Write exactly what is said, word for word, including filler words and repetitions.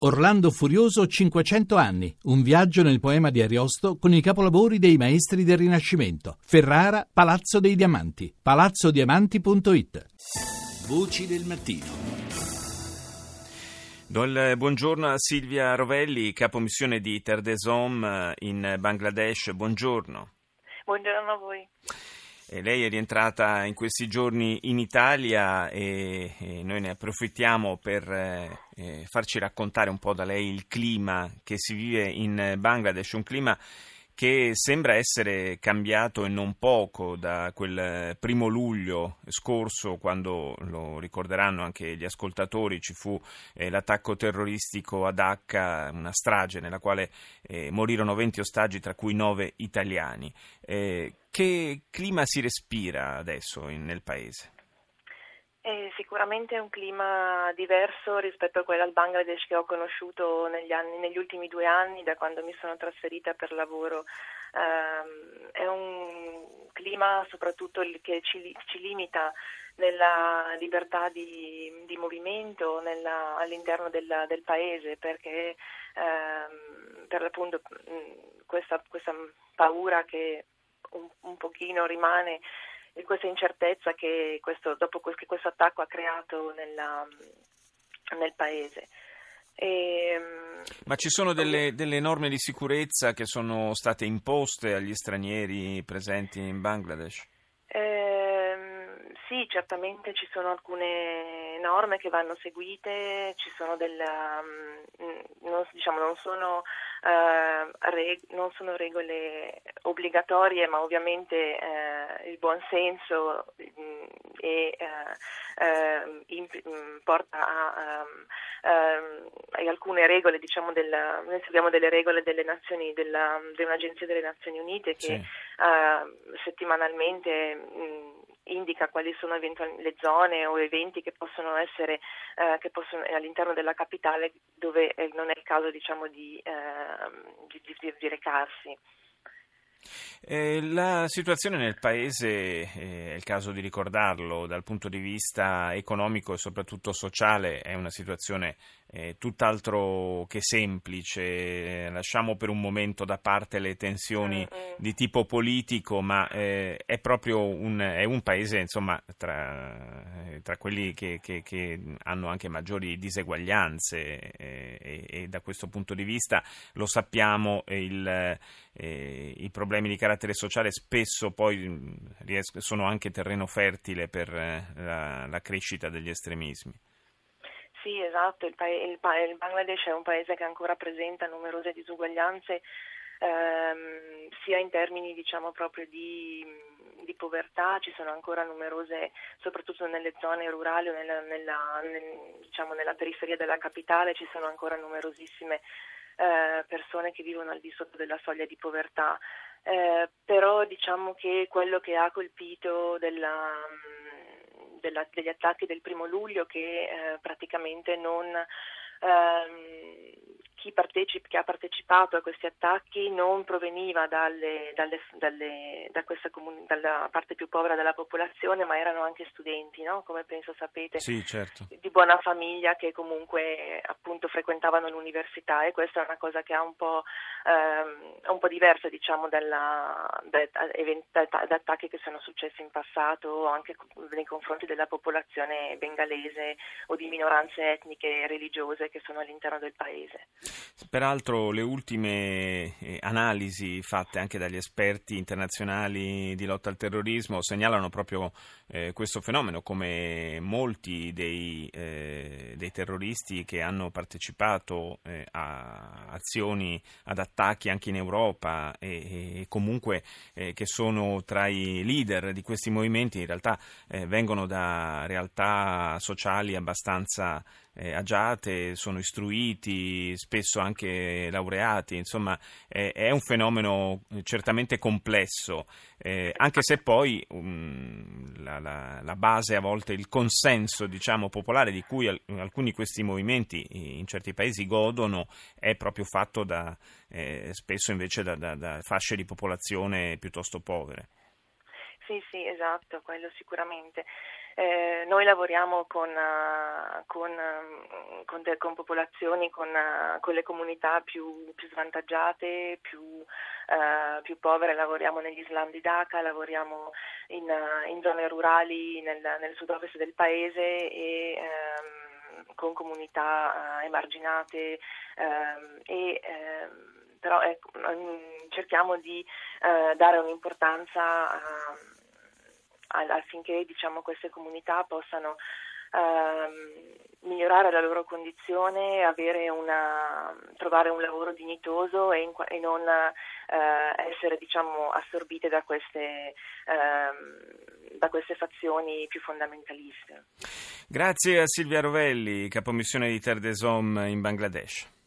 Orlando Furioso cinquecento anni, un viaggio nel poema di Ariosto con i capolavori dei maestri del Rinascimento. Ferrara, Palazzo dei Diamanti, palazzo diamanti punto it. Voci del mattino. Do il buongiorno a Silvia Rovelli, capomissione di Terre des Hommes in Bangladesh. Buongiorno. Buongiorno a voi. E lei è rientrata in questi giorni in Italia e, e noi ne approfittiamo per eh, farci raccontare un po' da lei il clima che si vive in Bangladesh, un clima che sembra essere cambiato e non poco da quel primo luglio scorso, quando, lo ricorderanno anche gli ascoltatori, ci fu eh, l'attacco terroristico a Dacca, una strage nella quale eh, morirono venti ostaggi, tra cui nove italiani. Eh, che clima si respira adesso in, nel paese? È sicuramente un clima diverso rispetto a quello al Bangladesh che ho conosciuto negli anni, negli ultimi due anni, da quando mi sono trasferita per lavoro. Um, è un clima soprattutto che ci, ci limita nella libertà di, di movimento nella, all'interno del, del paese, perché um, per l'appunto questa, questa paura che un, un pochino rimane, di questa incertezza che questo, dopo che questo attacco ha creato nella, nel paese. E, Ma ci sono delle, delle norme di sicurezza che sono state imposte agli stranieri presenti in Bangladesh? Ehm, sì, certamente ci sono alcune norme che vanno seguite, ci sono delle, um, non, diciamo, non sono Uh, reg- non sono regole obbligatorie, ma ovviamente uh, il buon senso mh, e, uh, uh, imp- mh, porta a, um, uh, a alcune regole, diciamo, della, noi seguiamo delle regole delle Nazioni, della, dell'Agenzia delle Nazioni Unite che sì. uh, settimanalmente mh, indica quali sono eventuali le zone o eventi che possono essere eh, che possono all'interno della capitale dove eh, non è il caso, diciamo, di, eh, di, di, di recarsi. Eh, la situazione nel paese, eh, è il caso di ricordarlo, dal punto di vista economico e soprattutto sociale è una situazione eh, tutt'altro che semplice. Lasciamo per un momento da parte le tensioni mm-hmm. di tipo politico, ma eh, è proprio un, è un paese, insomma, tra, tra quelli che, che, che hanno anche maggiori diseguaglianze eh, e, e da questo punto di vista lo sappiamo, il, eh, i problemi di carattere sociale spesso poi riesco, sono anche terreno fertile per la, la crescita degli estremismi. Sì, esatto, il, pa- il, pa- il Bangladesh è un paese che ancora presenta numerose disuguaglianze, ehm, sia in termini, diciamo, proprio di, di povertà. Ci sono ancora numerose, soprattutto nelle zone rurali o nella, nella, nel, diciamo, nella periferia della capitale, ci sono ancora numerosissime eh, persone che vivono al di sotto della soglia di povertà. Eh, però diciamo che quello che ha colpito della, della, degli attacchi del primo luglio, che eh, praticamente non ehm, chi, partecip- chi ha partecipato a questi attacchi non proveniva dalle, dalle, dalle, da questa comun- dalla parte più povera della popolazione, ma erano anche studenti, no? Come penso sapete, sì, certo. di buona famiglia che comunque appunto frequentavano l'università, e questa è una cosa che ha un po' ehm, un po' diversa, diciamo, dalla, da, da, da attacchi che sono successi in passato anche nei confronti della popolazione bengalese o di minoranze etniche e religiose che sono all'interno del paese. Peraltro le ultime eh, analisi fatte anche dagli esperti internazionali di lotta al terrorismo segnalano proprio eh, questo fenomeno, come molti dei, eh, dei terroristi che hanno partecipato eh, a azioni, ad attacchi anche in Europa e, e comunque eh, che sono tra i leader di questi movimenti in realtà eh, vengono da realtà sociali abbastanza eh, agiate, sono istruiti, spesso anche laureati, insomma eh, è un fenomeno certamente complesso, eh, anche se poi um, la, la, la base, a volte il consenso, diciamo, popolare di cui al, alcuni di questi movimenti in certi paesi godono è proprio fatto da eh, spesso invece da, da, da fasce di popolazione piuttosto povere. Sì, sì, esatto, quello sicuramente. Eh, noi lavoriamo con, uh, con, uh, con, de- con popolazioni, con, uh, con le comunità più, più svantaggiate, più, uh, più povere, lavoriamo negli slam di Dhaka, lavoriamo in, uh, in zone rurali nel, nel sud-ovest del paese e um, con comunità uh, emarginate um, e um, però ecco, um, cerchiamo di uh, dare un'importanza uh, affinché diciamo, queste comunità possano ehm, migliorare la loro condizione, avere una, trovare un lavoro dignitoso e, in, e non eh, essere diciamo, assorbite da queste, ehm, da queste fazioni più fondamentaliste. Grazie a Silvia Rovelli, capomissione di Terre des Hommes in Bangladesh.